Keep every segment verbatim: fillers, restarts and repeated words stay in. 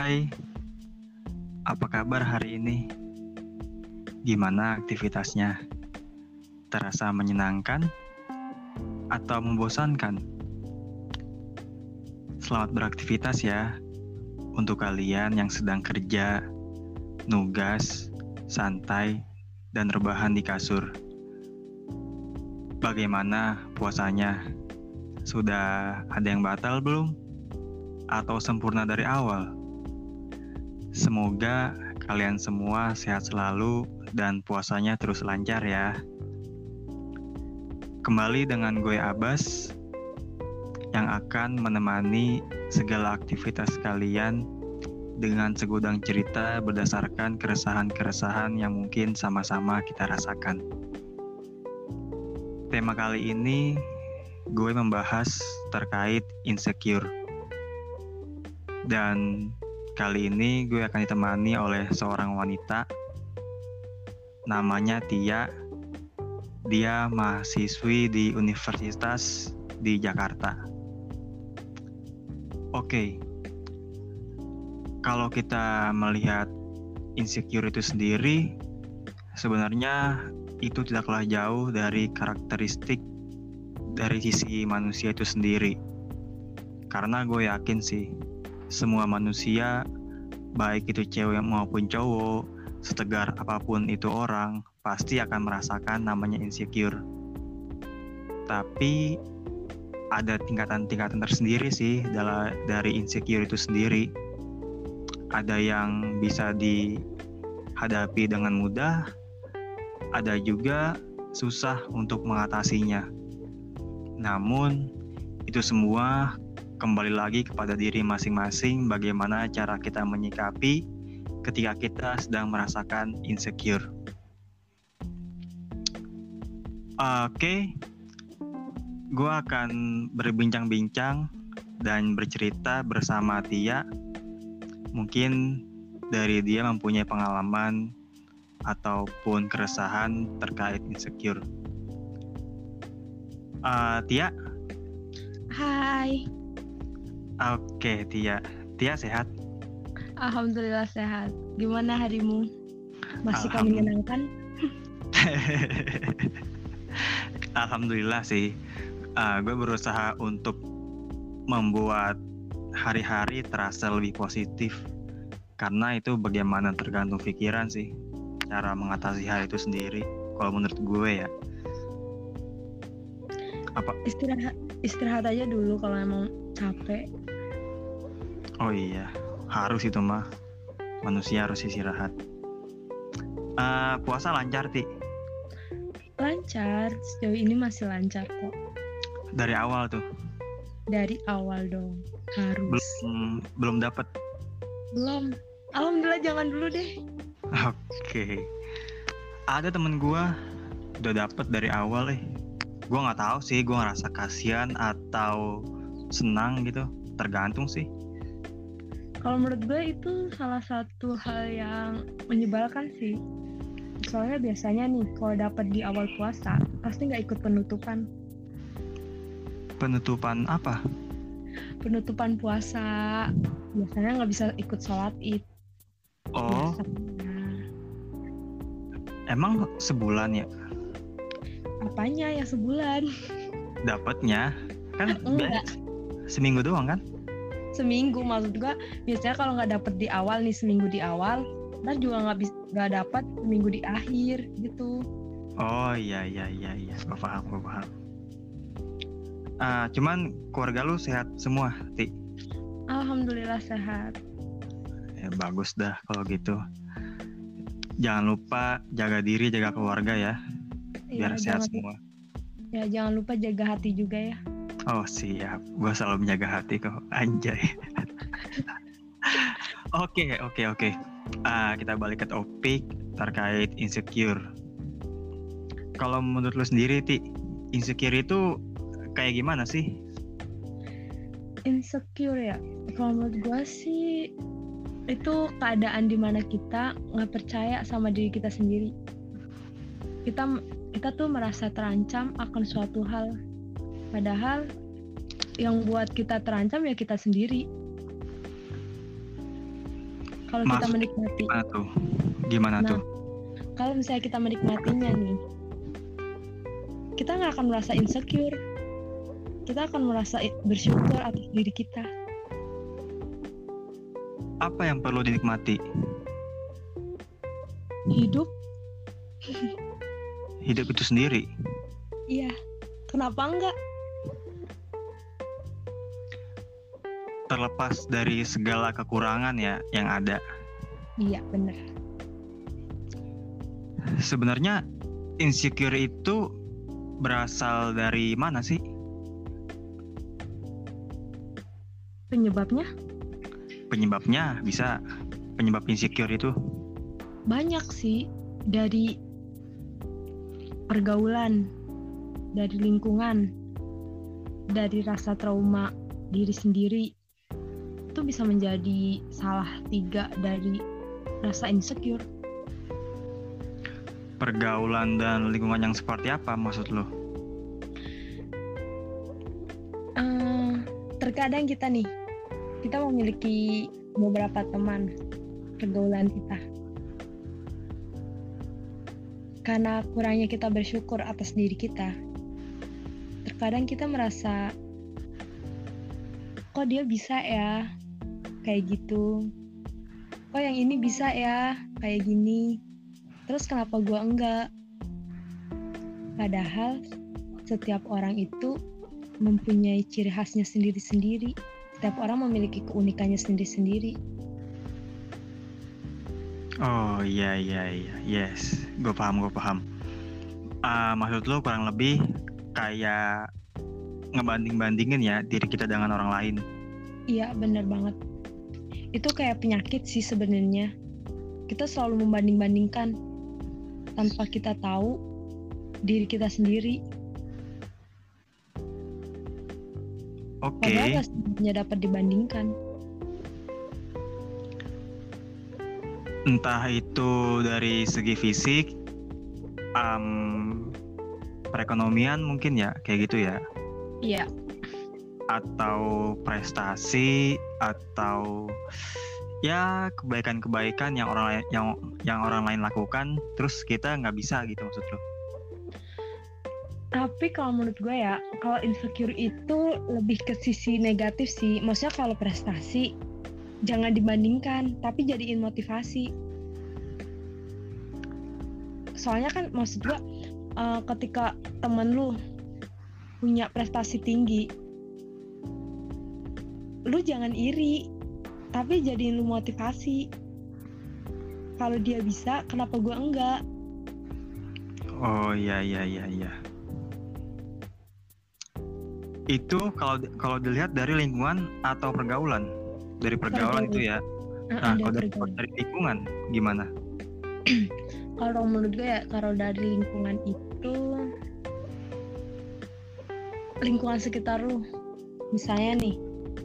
Hai, apa kabar hari ini? Gimana aktivitasnya? Terasa menyenangkan atau membosankan? Selamat beraktivitas ya untuk kalian yang sedang kerja, nugas, santai, dan rebahan di kasur. Bagaimana puasanya? Sudah ada yang batal belum? Atau sempurna dari awal? Semoga kalian semua sehat selalu dan puasanya terus lancar ya. Kembali dengan gue Abbas yang akan menemani segala aktivitas kalian dengan segudang cerita berdasarkan keresahan-keresahan yang mungkin sama-sama kita rasakan. Tema kali ini gue membahas terkait insecure. Dan kali ini gue akan ditemani oleh seorang wanita namanya Tia. Dia mahasiswi di Universitas di Jakarta. Oke, kalau kita melihat insecure itu sendiri, sebenarnya itu tidaklah jauh dari karakteristik dari sisi manusia itu sendiri. Karena gue yakin sih, semua manusia, baik itu cewek maupun cowok, setegar apapun itu orang, pasti akan merasakan namanya insecure. Tapi ada tingkatan-tingkatan tersendiri sih dari insecure itu sendiri. Ada yang bisa dihadapi dengan mudah, ada juga susah untuk mengatasinya. Namun itu semua kembali lagi kepada diri masing-masing, bagaimana cara kita menyikapi ketika kita sedang merasakan insecure. Oke, gue akan berbincang-bincang dan bercerita bersama Tia. Mungkin dari dia mempunyai pengalaman ataupun keresahan terkait insecure. Uh, Tia? Hai. Oke, Tia. Tia sehat? Alhamdulillah sehat. Gimana harimu? Masih kami menyenangkan? Alhamdulillah sih. Uh, gue berusaha untuk membuat hari-hari terasa lebih positif. Karena itu bagaimana tergantung pikiran sih. Cara mengatasi hal itu sendiri. Kalau menurut gue ya. Apa? Istirahat, istirahat aja dulu kalau emang capek. Oh iya, harus itu mah. Manusia harus istirahat. Uh, puasa lancar, Ti? Lancar, sejauh ini masih lancar kok. Dari awal tuh? Dari awal dong, harus. Belum, belum dapat? Belum. Alhamdulillah, jangan dulu deh. Oke. Okay. Ada temen gue udah dapet dari awal eh. Gue nggak tahu sih, gue ngerasa kasihan atau senang gitu, tergantung sih. Kalau menurut gue itu salah satu hal yang menyebalkan sih. Soalnya biasanya nih kalau dapat di awal puasa pasti nggak ikut penutupan. Penutupan apa? Penutupan puasa. Biasanya nggak bisa ikut sholat id. Oh. Biasanya. Emang sebulan ya? Apanya ya sebulan? Dapatnya kan enggak. Seminggu doang kan? Seminggu, maksud gue biasanya kalau nggak dapet di awal nih seminggu di awal, ntar juga nggak bisa nggak dapet seminggu di akhir gitu. Oh iya iya iya iya, gue paham gue paham. Uh, cuman keluarga lu sehat semua, Ti? Alhamdulillah sehat. Ya bagus dah kalau gitu. Jangan lupa jaga diri, jaga keluarga ya, biar ya, sehat jangan, semua. Ya jangan lupa jaga hati juga ya. Oh siap, gue selalu menjaga hati kok, anjay. Oke oke oke. Kita balik ke topik terkait insecure. Kalau menurut lu sendiri, Ti, insecure itu kayak gimana sih? Insecure ya, kalau menurut gue sih itu keadaan dimana kita nggak percaya sama diri kita sendiri. Kita kita tuh merasa terancam akan suatu hal. Padahal yang buat kita terancam ya kita sendiri. Kalau kita menikmati. Gimana tuh? Gimana nah, tuh? Kalau misalnya kita menikmatinya nih, kita nggak akan merasa insecure. Kita akan merasa bersyukur atas diri kita. Apa yang perlu dinikmati? Hidup. Hidup itu sendiri. Iya. Kenapa enggak? Terlepas dari segala kekurangan ya yang ada. Iya, benar. Sebenarnya insecure itu berasal dari mana sih? Penyebabnya? Penyebabnya bisa penyebab insecure itu banyak sih, dari pergaulan, dari lingkungan, dari rasa trauma diri sendiri. Itu bisa menjadi salah tiga dari rasa insecure. Pergaulan dan lingkungan yang seperti apa maksud lo? Uh, terkadang kita nih, kita memiliki beberapa teman pergaulan kita. Karena kurangnya kita bersyukur atas diri kita, terkadang kita merasa, kok dia bisa ya kayak gitu, kok yang ini bisa ya kayak gini, terus kenapa gua enggak? Padahal setiap orang itu mempunyai ciri khasnya sendiri-sendiri. Setiap orang memiliki keunikannya sendiri-sendiri. Oh iya iya iya, yes, gue paham gue paham. Uh, maksud lo kurang lebih kayak ngebanding-bandingin ya diri kita dengan orang lain. Iya, benar banget. Itu kayak penyakit sih sebenarnya. Kita selalu membanding-bandingkan tanpa kita tahu diri kita sendiri. Oke. Okay. Padahal sebenarnya dapat dibandingkan. Entah itu dari segi fisik, um, perekonomian mungkin ya, kayak gitu ya. Iya. Atau prestasi, atau ya kebaikan-kebaikan yang orang lain yang yang orang lain lakukan, terus kita nggak bisa gitu maksud lo? Tapi kalau menurut gue ya, kalau insecure itu lebih ke sisi negatif sih. Maksudnya kalau prestasi jangan dibandingkan, tapi jadiin motivasi. Soalnya kan maksud gue, uh, ketika temen lu punya prestasi tinggi, lu jangan iri, tapi jadiin lu motivasi. Kalau dia bisa, kenapa gue enggak? Oh iya iya iya iya. Itu kalau kalau dilihat dari lingkungan atau pergaulan? Dari pergaulan itu ya. Nah, kalau dari, dari lingkungan gimana? Kalau menurut gue ya, kalau dari lingkungan itu, lingkungan sekitar lu. Misalnya nih,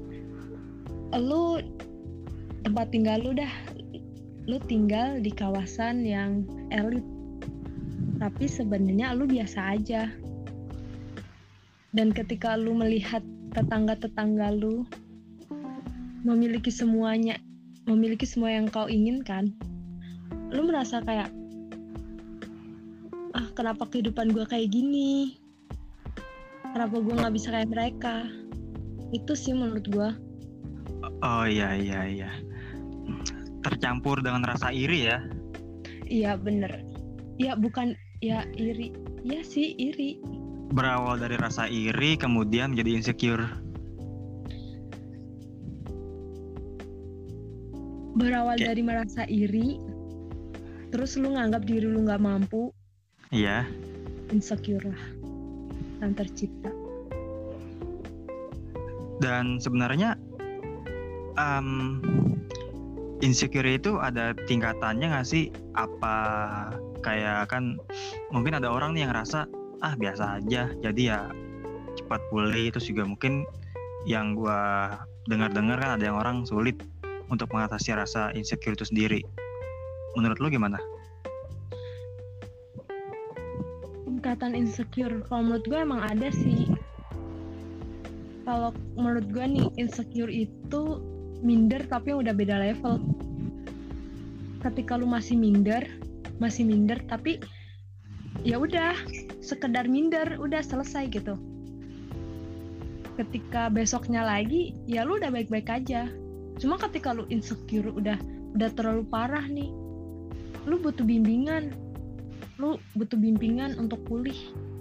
lu tempat tinggal lu dah, lu tinggal di kawasan yang elit, tapi sebenarnya lu biasa aja. Dan ketika lu melihat tetangga-tetangga lu memiliki semuanya, memiliki semua yang kau inginkan, lu merasa kayak, ah kenapa kehidupan gue kayak gini, kenapa gue nggak bisa kayak mereka. Itu sih menurut gue. Oh iya iya iya, tercampur dengan rasa iri ya. Iya bener, ya bukan ya iri, ya sih iri. Berawal dari rasa iri kemudian jadi insecure. Berawal okay. dari merasa iri, terus lu nganggap diri lu nggak mampu. Iya. Insecure lah yang tercipta. Dan sebenarnya um, insecure itu ada tingkatannya nggak sih? Apa kayak kan mungkin ada orang nih yang ngerasa ah biasa aja, jadi ya cepat pulih. Terus juga mungkin yang gua dengar-dengar kan ada yang orang sulit untuk mengatasi rasa insecure itu sendiri. Menurut lu gimana? Tingkatan insecure, kalau menurut gue emang ada sih. Kalau menurut gue nih, insecure itu minder tapi udah beda level. ketika lu masih minder masih minder tapi ya udah sekedar minder udah selesai gitu. Ketika besoknya lagi ya lu udah baik-baik aja. Cuma ketika lu insecure udah udah terlalu parah nih, lu butuh bimbingan lu butuh bimbingan untuk pulih.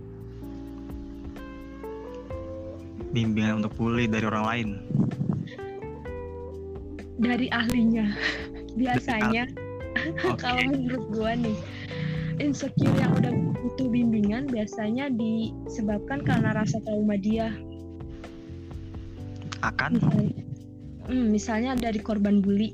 Bimbingan untuk pulih dari orang lain, dari ahlinya biasanya. Okay. Kalau menurut gua nih, insecure yang udah butuh bimbingan biasanya disebabkan karena rasa trauma dia. Akan? Misalnya, hmm, misalnya dari korban bully.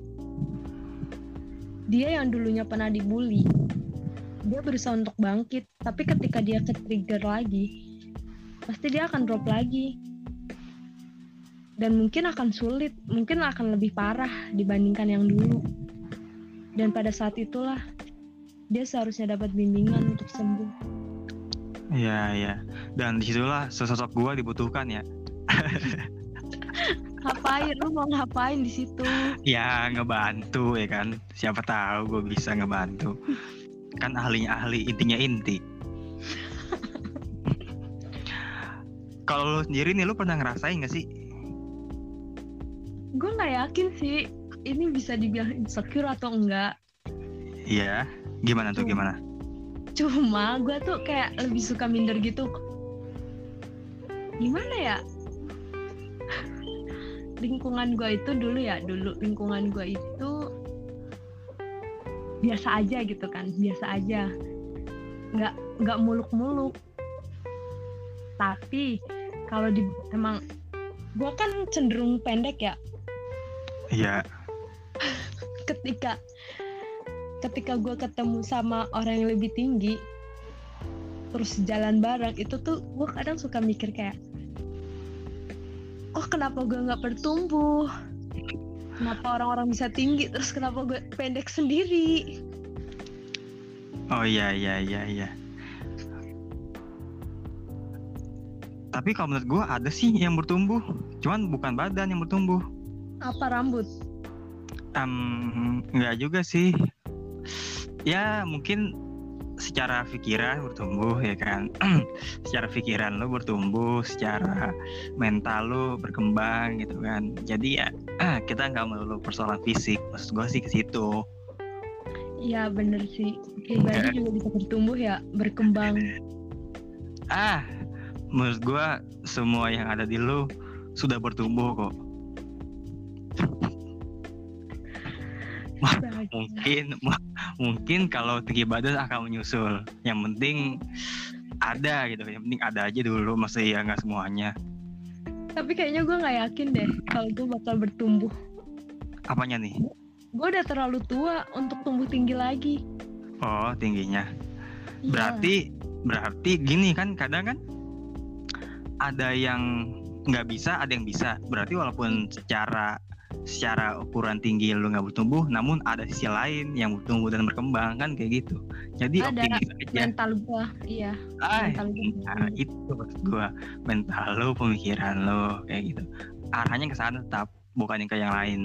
Dia yang dulunya pernah dibully, dia berusaha untuk bangkit, tapi ketika dia ke-trigger lagi, pasti dia akan drop lagi. Dan mungkin akan sulit, mungkin akan lebih parah dibandingkan yang dulu. Dan pada saat itulah dia seharusnya dapat bimbingan untuk sembuh. Iya, iya. Dan disitulah sosok gua dibutuhkan ya. Ngapain? Lu mau ngapain di situ? Ya ngebantu ya kan. Siapa tahu gue bisa ngebantu. Kan ahlinya ahli, intinya inti. Kalau lu sendiri nih, lu pernah ngerasain gak sih? Gue nggak yakin sih ini bisa dibilang insecure atau enggak. Iya. Gimana tuh? Gimana? Cuma gue tuh kayak lebih suka minder gitu. Gimana ya? Lingkungan gue itu dulu ya, dulu lingkungan gue itu biasa aja gitu kan, biasa aja, nggak nggak muluk-muluk. Tapi kalau di emang gue kan cenderung pendek ya. Iya. Ketika ketika gue ketemu sama orang yang lebih tinggi, terus jalan bareng, itu tuh gue kadang suka mikir kayak, oh kenapa gue nggak bertumbuh? Kenapa orang-orang bisa tinggi, terus kenapa gue pendek sendiri? Oh iya iya iya iya. Tapi kalau menurut gue ada sih yang bertumbuh, cuman bukan badan yang bertumbuh. Apa, rambut? Um, nggak juga sih. Ya mungkin secara pikiran bertumbuh ya kan. Secara pikiran lo bertumbuh, secara mental lo berkembang gitu kan. Jadi ya kita nggak melulu persoalan fisik. Maksud gue sih ke situ. Iya bener sih. Pribadi juga bisa bertumbuh ya, berkembang. Ah, menurut gue semua yang ada di lo sudah bertumbuh kok. mungkin mungkin kalau tinggi badan akan menyusul. Yang penting ada gitu. Yang penting ada aja dulu. Masa ya nggak semuanya. Tapi kayaknya gue nggak yakin deh kalau gue bakal bertumbuh. Apanya nih? Gue udah terlalu tua untuk tumbuh tinggi lagi. Oh tingginya. Iya. Berarti berarti gini kan, kadang kan ada yang nggak bisa, ada yang bisa. Berarti walaupun secara secara ukuran tinggi lu nggak bertumbuh, namun ada sisi lain yang bertumbuh dan berkembang kan, kayak gitu. Jadi ada optimis aja. Mental gua, iya. Ay, mental gua. Nah, itu maksud gua, mental lu, pemikiran lu kayak gitu. Arahnya ke sana tetap, bukan yang ke yang lain.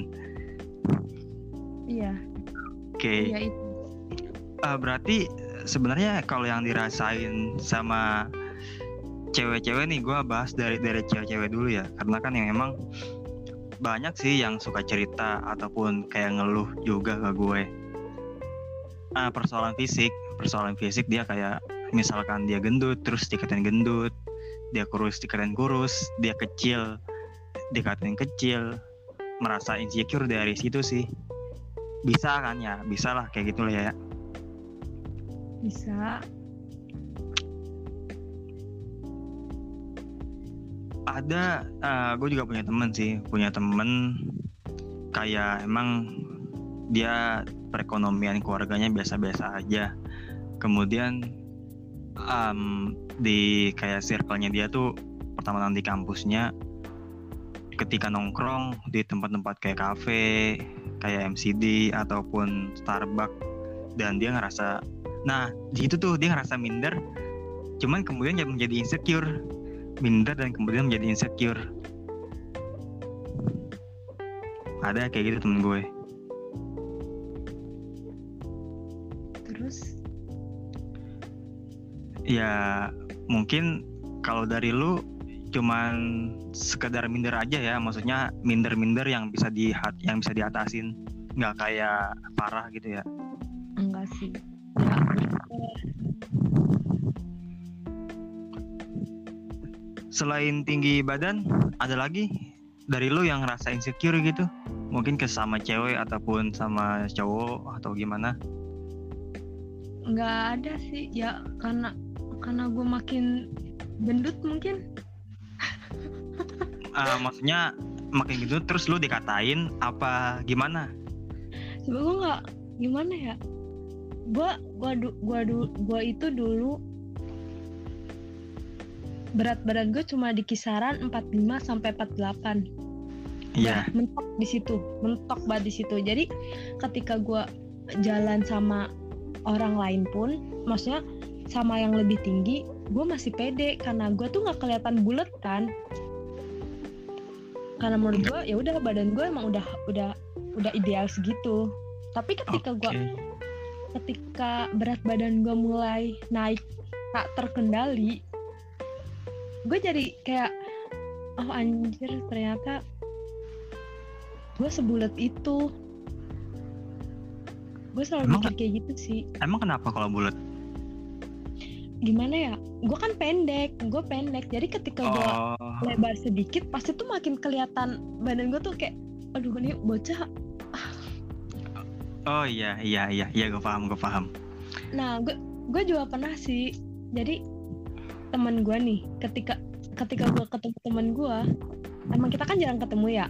Iya. Oke. Okay. Iya itu. Uh, berarti sebenarnya kalau yang dirasain sama cewek-cewek nih, gua bahas dari dari cewek-cewek dulu ya, karena kan yang emang banyak sih yang suka cerita ataupun kayak ngeluh juga ke gue. Ah, persoalan fisik, persoalan fisik dia kayak misalkan dia gendut terus dikatain gendut, dia kurus dikatain kurus, dia kecil dikatain kecil, merasa insecure dari situ sih. Bisa kan ya, bisa lah kayak gitu lah ya. Bisa. Ada, uh, gue juga punya temen sih, punya temen kayak emang dia perekonomian keluarganya biasa-biasa aja. Kemudian um, di kayak circle-nya dia tuh pertemanan di kampusnya, ketika nongkrong di tempat-tempat kayak kafe, kayak M C D ataupun Starbucks, dan dia ngerasa, nah di situ tuh dia ngerasa minder, cuman kemudian dia menjadi insecure. Minder dan kemudian menjadi insecure. Ada kayak gitu temen gue. Ya mungkin kalau dari lu cuman sekedar minder aja ya, maksudnya minder-minder yang bisa di yang bisa diatasin, nggak kayak parah gitu ya? Enggak sih. Ya, selain tinggi badan, ada lagi dari lu yang ngerasa insecure gitu? Mungkin ke sama cewek ataupun sama cowok atau gimana? nggak ada sih. Ya karena karena gue makin gendut mungkin. Uh, maksudnya makin gitu terus lu dikatain apa gimana? Coba gue nggak gimana ya. Gue gua gua gua itu dulu berat badan gue cuma di kisaran empat puluh lima sampai empat puluh delapan. Iya. Yeah. Mentok di situ, mentok banget di situ. Jadi ketika gue jalan sama orang lain pun, maksudnya sama yang lebih tinggi, gue masih pede karena gue tuh nggak kelihatan bulat kan. Karena menurut gue ya udah badan gue emang udah udah udah ideal segitu. Tapi ketika okay. gue ketika berat badan gue mulai naik tak terkendali, gue jadi kayak oh anjir ternyata gue sebulat itu. Gue selalu emang mikir kayak gitu sih. Emang kenapa kalau bulat? Gimana ya, gue kan pendek, gue pendek, jadi ketika gue oh. lebar sedikit, pasti tuh makin kelihatan badan gue tuh kayak, aduh ini bocah. Oh iya iya iya iya gue paham gue paham. Nah gue gue juga pernah sih, jadi teman gue nih, ketika ketika gue ketemu teman gue, emang kita kan jarang ketemu ya,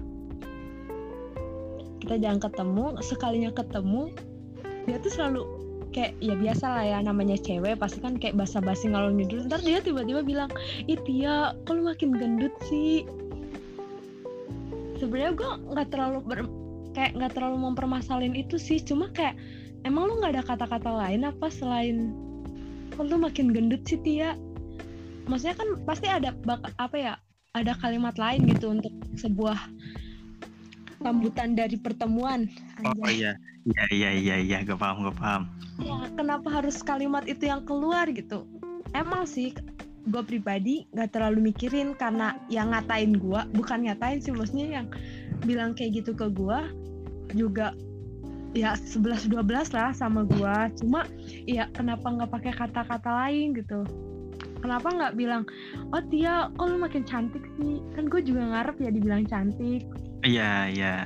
kita jarang ketemu, sekalinya ketemu, dia tuh selalu kayak ya biasa lah ya namanya cewek pasti kan kayak basa-basi ngalor ngidul. Ntar dia tiba-tiba bilang, ih Tia, kok lu makin gendut sih? Sebenarnya gue nggak terlalu ber, kayak nggak terlalu mempermasalahin itu sih, cuma kayak emang lu nggak ada kata-kata lain apa selain kok lu makin gendut sih Tia? Maksudnya kan pasti ada bak- apa ya? Ada kalimat lain gitu untuk sebuah sambutan dari pertemuan. Oh iya, iya iya iya iya, gue paham gue paham. Ya kenapa harus kalimat itu yang keluar gitu? Emang sih gue pribadi nggak terlalu mikirin karena yang ngatain gue, bukan ngatain sih, maksudnya yang bilang kayak gitu ke gue juga ya sebelas dua belas lah sama gue. Cuma ya kenapa nggak pakai kata-kata lain gitu? Kenapa nggak bilang, oh Tia, kok lu makin cantik sih? Kan gue juga ngarep ya dibilang cantik. Iya, iya.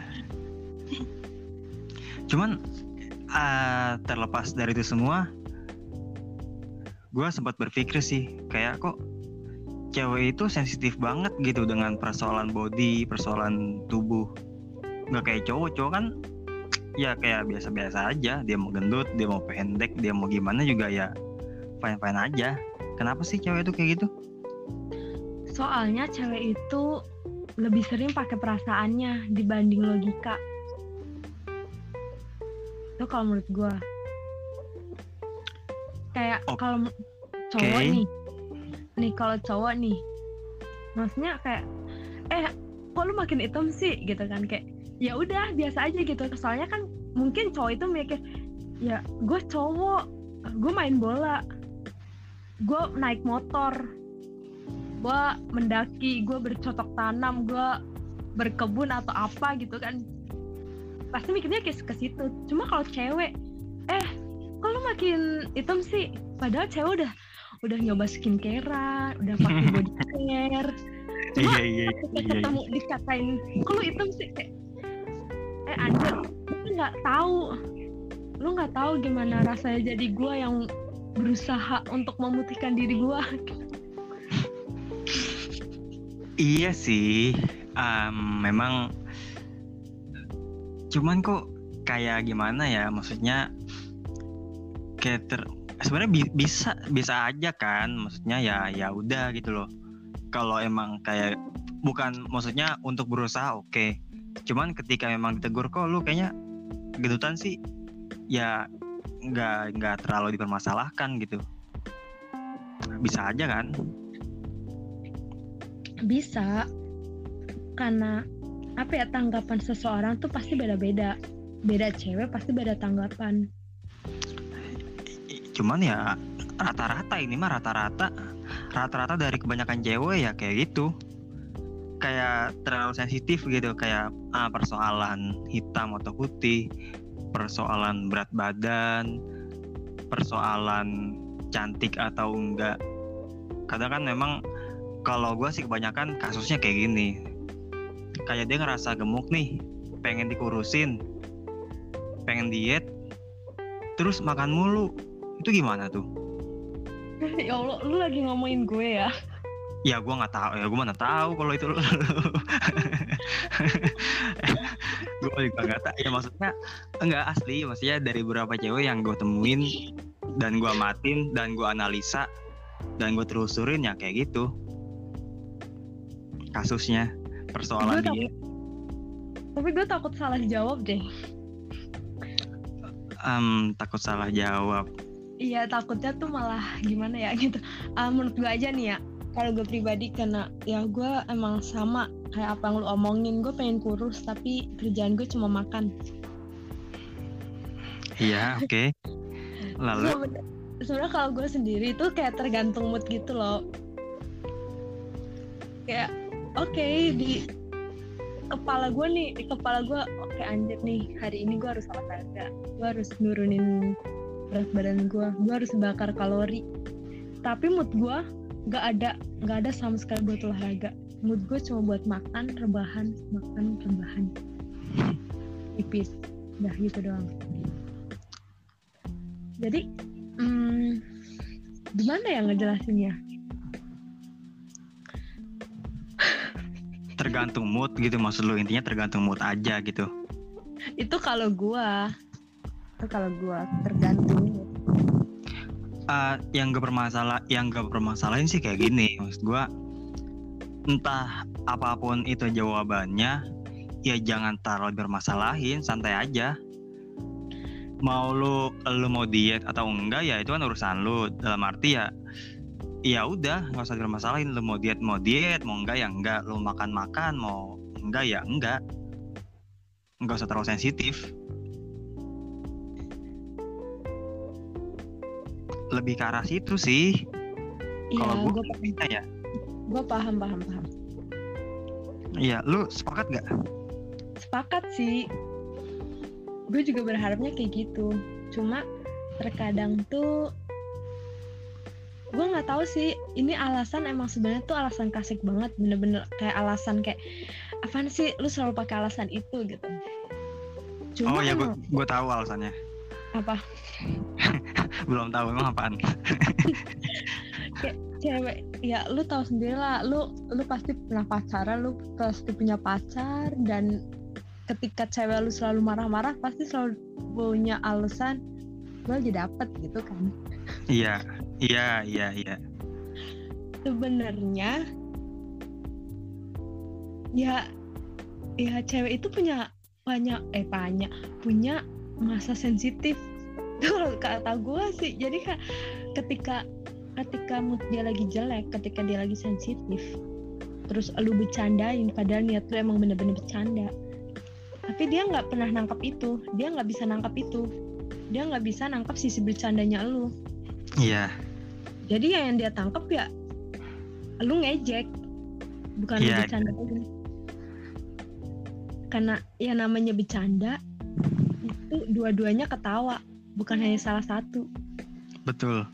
Cuman uh, terlepas dari itu semua, gue sempat berpikir sih, kayak kok cewek itu sensitif banget gitu dengan persoalan body, persoalan tubuh. Nggak kayak cowok, cowok kan ya kayak biasa-biasa aja. Dia mau gendut, dia mau pendek, dia mau gimana juga ya fine-fine aja. Kenapa sih cewek itu kayak gitu? Soalnya cewek itu lebih sering pakai perasaannya dibanding logika. Itu kalau menurut gue. Kayak oh. kalau cowok okay. nih, nih kalau cowok nih, maksudnya kayak, eh, kok lu makin hitam sih, gitu kan, kayak, ya udah biasa aja gitu. Soalnya kan mungkin cowok itu mikir, ya gue cowok, gue main bola, gue naik motor, gue mendaki, gue bercocok tanam, gue berkebun atau apa gitu kan, pasti mikirnya kayak ke situ. Cuma kalau cewek, eh kok lu makin hitam sih, padahal cewek udah udah nyoba skincare-an, udah pakai body care. Cuma iya, iya, ketika iya, ketemu iya. dikatain kok lu hitam sih, kayak eh anjir, lu nggak tahu lu nggak tahu gimana rasanya jadi gue yang berusaha untuk memutihkan diri gue. Iya sih, um, memang. Cuman kok kayak gimana ya, maksudnya kayak ter, sebenarnya bi- bisa bisa aja kan, maksudnya ya ya udah gitu loh. Kalau emang kayak bukan maksudnya untuk berusaha oke. Okay. Cuman ketika memang ditegur kok lu kayaknya gendutan sih, ya nggak nggak terlalu dipermasalahkan gitu. Bisa aja kan? Bisa, karena apa ya, tanggapan seseorang tuh pasti beda-beda. Beda cewek pasti beda tanggapan. Cuman ya rata-rata ini mah rata-rata rata-rata dari kebanyakan cewek ya kayak gitu, kayak terlalu sensitif gitu, kayak ah, persoalan hitam atau putih, persoalan berat badan, persoalan cantik atau enggak. Kadang kan memang kalau gue sih kebanyakan kasusnya kayak gini, kayak dia ngerasa gemuk nih, pengen dikurusin, pengen diet, terus makan mulu. Itu gimana tuh? Ya Allah, lu lagi ngomongin gue ya? Ya gue nggak tahu, ya gue mana tahu kalau itu. Gue juga nggak tahu. Ya maksudnya enggak asli, maksudnya dari beberapa cewek yang gue temuin dan gue amatin dan gue analisa dan gue telusurin ya kayak gitu kasusnya, persoalan Gue dia. takut, tapi gue takut salah jawab deh. Um, takut salah jawab. Iya, takutnya tuh malah gimana ya gitu. Uh, menurut gue aja nih ya, kalau gue pribadi, karena ya gue emang sama kayak apa yang lu omongin, gue pengen kurus tapi kerjaan gue cuma makan. Iya, oke. Okay. Lalu sebenarnya kalau gue sendiri tuh kayak tergantung mood gitu loh. Kayak oke okay, di kepala gue nih, di kepala gue oke okay, anjir nih, hari ini gue harus olahraga, gue harus nurunin berat badan gue, gue harus bakar kalori. Tapi mood gue nggak ada, nggak ada sama sekali buat olahraga. Mood gue cuma buat makan, rebahan, makan, rebahan, tipis, udah gitu doang. Jadi, hmm, gimana ya ngejelasinnya? Tergantung mood gitu maksud lu, intinya tergantung mood aja gitu. Itu kalau gue. Itu kalau gue tergantung. Uh, yang gak bermasalah, yang gak bermasalahin sih kayak gini, maksud gue entah apapun itu jawabannya, ya jangan terlalu bermasalahin, santai aja. Mau lu lu mau diet atau enggak ya itu kan urusan lu, dalam arti ya ya udah nggak usah bermasalahin. Lu mau diet mau diet, mau enggak ya enggak, lu makan makan, mau enggak ya enggak, nggak usah terlalu sensitif. Lebih ke arah situ sih. Iya, kalau gue bisa ya. Gue paham paham paham. Iya, lu sepakat gak? Sepakat sih. Gue juga berharapnya kayak gitu. Cuma terkadang tuh gue nggak tahu sih. Ini alasan emang sebenarnya tuh alasan klasik banget, bener-bener kayak alasan kayak apaan sih lu selalu pakai alasan itu gitu. Cuma oh ya, gue gue tahu alasannya. Apa? Belum tahu emang apaan. Kayak cewek, ya lu tahu sendiri lah, lu lu pasti pernah pacaran, lu pasti punya pacar, dan ketika cewek lu selalu marah-marah pasti selalu punya alasan gue lagi dapet gitu kan. Iya, iya, iya, iya. Sebenarnya ya ya cewek itu punya banyak eh banyak punya masa sensitif. Itu kata gue sih. Jadi kan ketika ketika mood dia lagi jelek, ketika dia lagi sensitif, terus lu bercandain padahal niat lu emang bener-bener bercanda, tapi dia nggak pernah nangkap itu, dia nggak bisa nangkap itu, dia nggak bisa nangkap sisi bercandanya lu. Iya. Jadi ya yang dia tangkap ya lu ngejek, bukan yeah. lu bercanda lagi. Karena ya namanya bercanda itu dua-duanya ketawa, bukan hanya salah satu. Betul.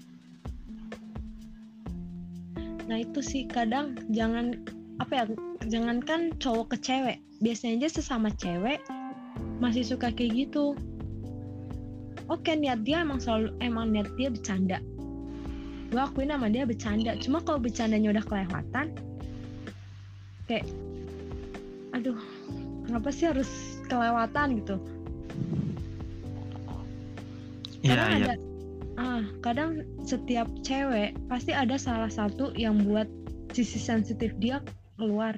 Nah itu sih kadang jangan apa ya, jangankan cowok ke cewek, biasanya aja sesama cewek masih suka kayak gitu. Oke, niat dia emang selalu emang niat dia bercanda, gue akuin sama dia bercanda. Cuma kalau bercandanya udah kelewatan, kayak aduh kenapa sih harus kelewatan gitu. Kadang ya, ada ya. Ah, kadang setiap cewek pasti ada salah satu yang buat sisi sensitif dia keluar.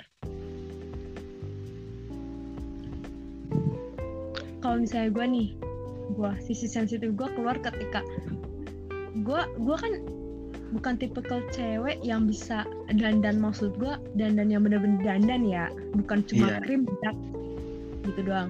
Kalau misalnya gue nih, gue sisi sensitif gue keluar ketika gue gue kan bukan tipikal cewek yang bisa dandan, maksud gue dandan yang bener-bener dandan ya, bukan cuma yeah. krim bedak gitu doang.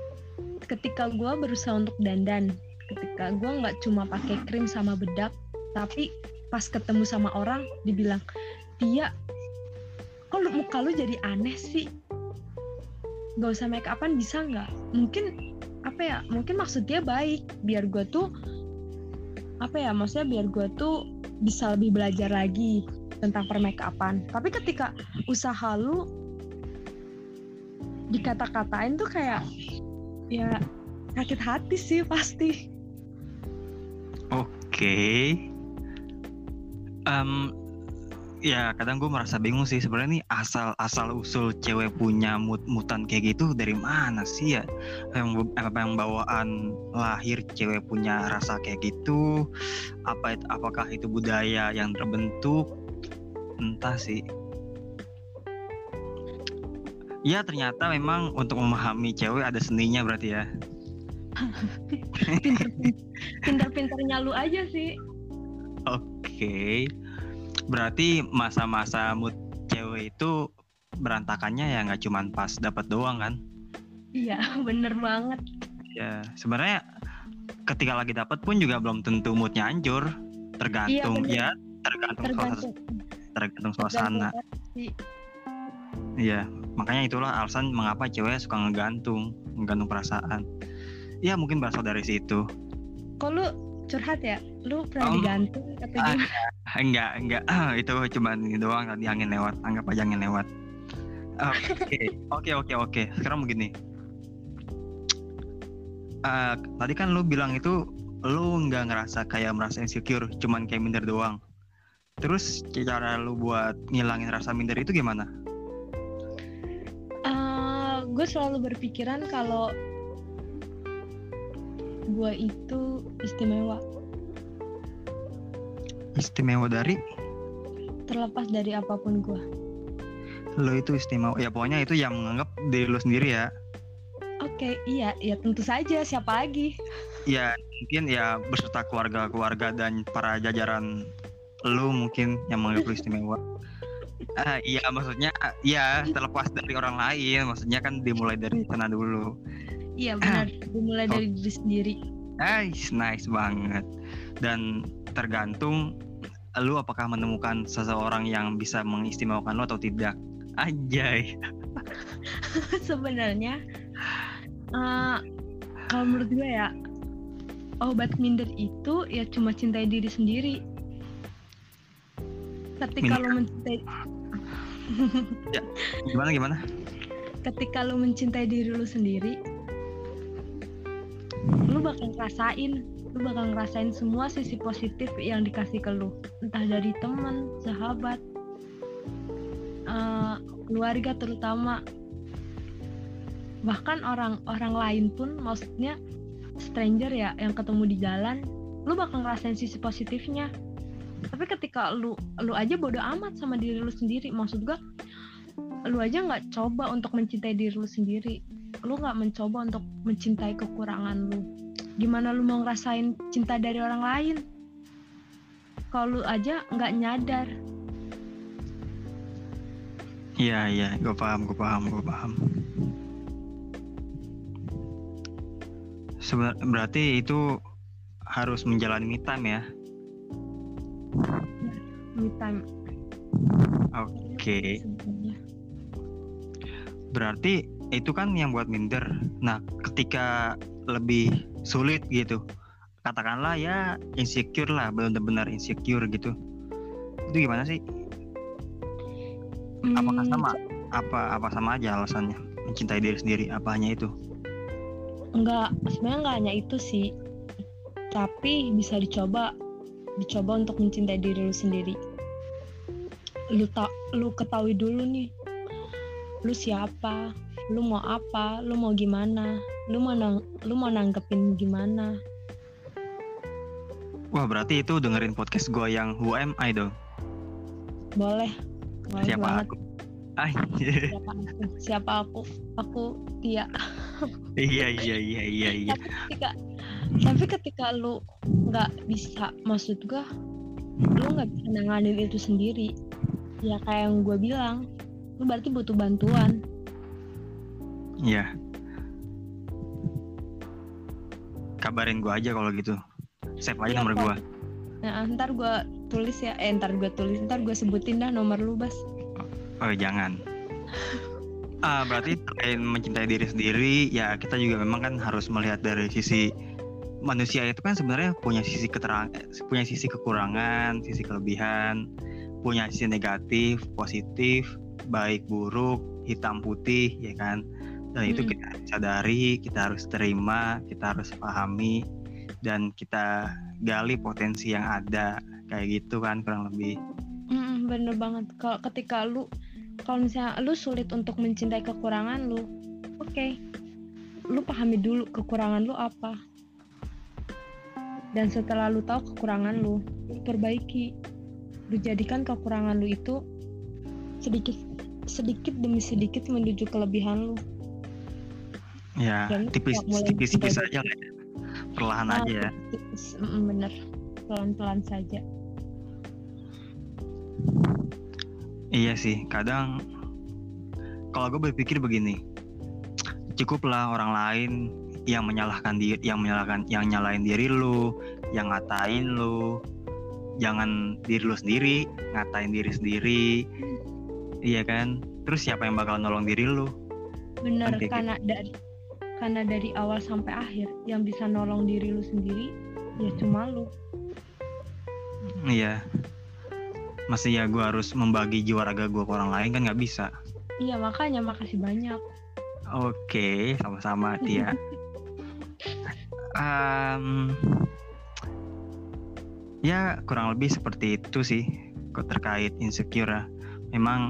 Ketika gue berusaha untuk dandan, ketika gue nggak cuma pakai krim sama bedak, tapi pas ketemu sama orang dibilang, Tia, kok lu, muka lu jadi aneh sih, gak usah make upan bisa nggak? Mungkin apa ya, mungkin maksud dia baik biar gue tuh apa ya, maksudnya biar gue tuh bisa lebih belajar lagi tentang per make upan. Tapi ketika usaha lu dikata-katain tuh kayak ya sakit hati sih pasti. Oke. Okay. Um, ya kadang gue merasa bingung sih sebenarnya nih asal asal usul cewek punya mut-mutan kayak gitu dari mana sih ya? Yang apa yang bawaan lahir cewek punya rasa kayak gitu? Apa apakah itu budaya yang terbentuk? Entah sih. Ya ternyata memang untuk memahami cewek ada seninya berarti ya. Pinter-pinternya lu aja sih. Oke. Okay. Berarti masa-masa mood cewek itu berantakannya ya nggak cuma pas dapat doang kan? Iya, bener banget. Ya sebenarnya ketika lagi dapat pun juga belum tentu moodnya hancur, tergantung iya, ya, tergantung tergantung, tergantung suasana. Iya, makanya itulah alasan mengapa cewek suka ngegantung, ngegantung perasaan. Ya mungkin berasal dari situ. Kok lu curhat ya? Lu pernah um, digantung atau gimana? Ah, enggak, enggak. Ah, itu cuma ini doang, tadi angin lewat. Anggap aja angin lewat. Oke, oke, oke, oke. Sekarang begini. Uh, tadi kan lu bilang itu lu nggak ngerasa kayak merasa insecure, cuman kayak minder doang. Terus cara lu buat ngilangin rasa minder itu gimana? Uh, gue selalu berpikiran kalau gue itu istimewa. Istimewa dari? Terlepas dari apapun gue. Lo itu istimewa. Ya pokoknya itu yang menganggap diri lo sendiri ya. Oke, okay, iya, ya tentu saja. Siapa lagi? Ya mungkin ya beserta keluarga-keluarga dan para jajaran lo mungkin yang menganggap lo istimewa. Ah, iya maksudnya ya terlepas dari orang lain. Maksudnya kan dimulai dari sana dulu. Iya benar, dimulai dari diri sendiri. Nice, nice banget. Dan tergantung lu apakah menemukan seseorang yang bisa mengistimewakan lu atau tidak. Anjay. Sebenarnya uh, kalau menurut gue ya, obat minder itu ya cuma cintai diri sendiri. Ketika minder. Lu mencintai ya, gimana gimana? Ketika lu mencintai diri lu sendiri, lu bakal ngerasain, lu bakal ngerasain semua sisi positif yang dikasih ke lu, entah dari teman, sahabat, uh, keluarga terutama, bahkan orang-orang lain pun, maksudnya stranger ya yang ketemu di jalan, lu bakal ngerasain sisi positifnya. Tapi ketika lu lu aja bodo amat sama diri lu sendiri, maksud gua, lu aja nggak coba untuk mencintai diri lu sendiri. Lu gak mencoba untuk mencintai kekurangan lu, gimana lu mau ngerasain cinta dari orang lain kalau lu aja gak nyadar? Iya, iya, gue paham, gue paham, gue paham. Seben- berarti itu harus menjalani me time ya? Me time. Oke. Okay. Berarti itu kan yang buat minder. Nah, ketika lebih sulit gitu, katakanlah ya insecure lah, benar-benar insecure gitu, itu gimana sih? Hmm. Apakah sama? Apa apa sama aja alasannya? Mencintai diri sendiri, apa hanya itu? Enggak, sebenarnya enggak hanya itu sih. Tapi bisa dicoba, dicoba untuk mencintai diri lu sendiri. Lu tak, lu ketahui dulu nih, lu siapa? Lu mau apa, lu mau gimana, lu mau nang- lu mau nanggepin gimana. Wah berarti itu dengerin podcast gue yang Who Am I dong? Boleh, boleh siapa banget. Aku? Siapa aku? Siapa aku? Aku Tia. Iya iya iya iya iya. Tapi ketika, tapi ketika lu nggak bisa, maksud gue, lu nggak bisa nanganin itu sendiri. Ya kayak yang gue bilang, lu berarti butuh bantuan. Iya. Kabarin gue aja kalau gitu. Save aja ya, nomor gue. Nah, ntar gue tulis ya, eh ntar gue tulis, ntar gue sebutin dah nomor lu, Bas. Oh jangan. Ah berarti selain mencintai diri sendiri, ya kita juga memang kan harus melihat dari sisi manusia itu kan sebenarnya punya sisi keterang, punya sisi kekurangan, sisi kelebihan, punya sisi negatif, positif, baik buruk, hitam putih, ya kan. Dan itu Hmm. kita harus sadari, kita harus terima, kita harus pahami, dan kita gali potensi yang ada, kayak gitu kan kurang lebih. Mm, bener banget. Kalau ketika lu, kalau misalnya lu sulit untuk mencintai kekurangan lu, oke, okay. Lu pahami dulu kekurangan lu apa. Dan setelah lu tahu kekurangan lu, lu perbaiki. Lu jadikan kekurangan lu itu sedikit sedikit demi sedikit menuju kelebihan lu. Ya, Dan tipis mulai tipis-tipis mencintai aja lah ya. Perlahan Ah, aja ya. tipis. Mm, bener, pelan-pelan saja. Iya sih, kadang kalau gue berpikir begini, cukuplah orang lain yang menyalahkan diri, yang menyalahkan, yang nyalain diri lu, yang ngatain lu, jangan diri lu sendiri ngatain diri sendiri, iya kan? Terus siapa yang bakal nolong diri lu? Bener, Kan kayak karena dari karena dari awal sampai akhir yang bisa nolong diri lu sendiri ya cuma lu. Iya, masih ya gue harus membagi jiwa raga gue ke orang lain kan nggak bisa. Iya, makanya makasih banyak. Oke, sama-sama Tia. um, ya kurang lebih seperti itu sih kok terkait insecure ya. Memang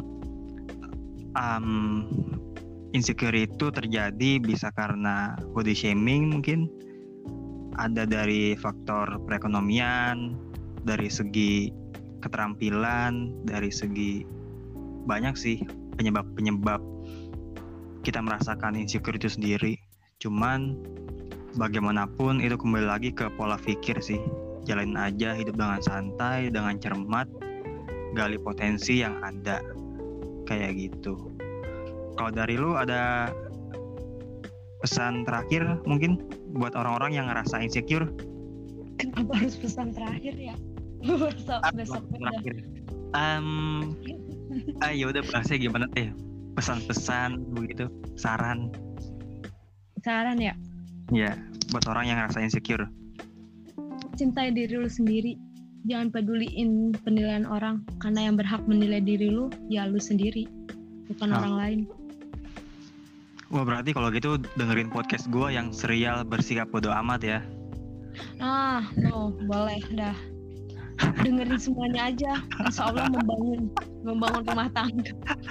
um, insecure itu terjadi bisa karena body shaming, mungkin ada dari faktor perekonomian, dari segi keterampilan, dari segi banyak sih penyebab-penyebab kita merasakan insecure itu sendiri. Cuman bagaimanapun itu kembali lagi ke pola pikir sih. Jalanin aja hidup dengan santai, dengan cermat, gali potensi yang ada, kayak gitu. Kalau dari lu ada pesan terakhir mungkin buat orang-orang yang ngerasa insecure? Kenapa harus pesan terakhir ya? besok besok udah. Terakhir. Um, ayo udah bahasnya gimana teh? Pesan-pesan begitu, saran. Saran ya, Ya, buat orang yang ngerasa insecure. cintai diri lu sendiri. Jangan peduliin penilaian orang, karena yang berhak menilai diri lu ya lu sendiri, bukan Oh. orang lain. Wah berarti kalau gitu dengerin podcast gue yang serial Bersikap Bodo Amat ya. Ah, no, boleh dah. Dengerin semuanya aja. Insya Allah membangun membangun rumah tangga.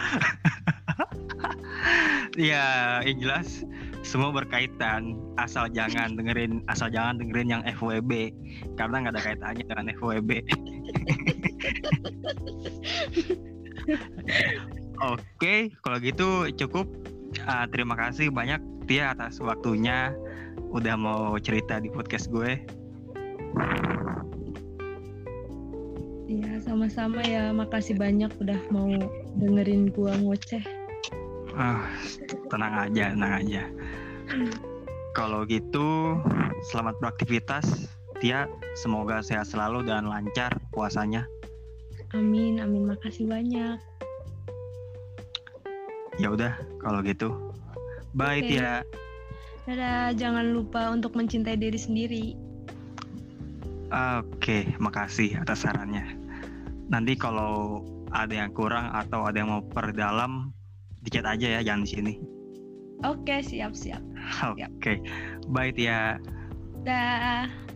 Ya, yang jelas semua berkaitan. Asal jangan dengerin, asal jangan dengerin yang F W B karena nggak ada kaitannya dengan F W B. Oke, kalau gitu cukup. Uh, terima kasih banyak Tia atas waktunya udah mau cerita di podcast gue. Ya, sama-sama ya. Makasih banyak udah mau dengerin gua ngoceh. Ah, tenang aja, tenang aja. Kalau gitu, selamat beraktivitas, Tia. Semoga sehat selalu dan lancar puasanya. Amin, amin. Makasih banyak. Ya udah, kalau gitu, bye Oke. Tia. Dadah, jangan lupa untuk mencintai diri sendiri. Oke, makasih atas sarannya. Nanti kalau ada yang kurang atau ada yang mau perdalam, di chat aja ya, jangan di sini. Oke, siap-siap. Oke, bye Tia. Dah.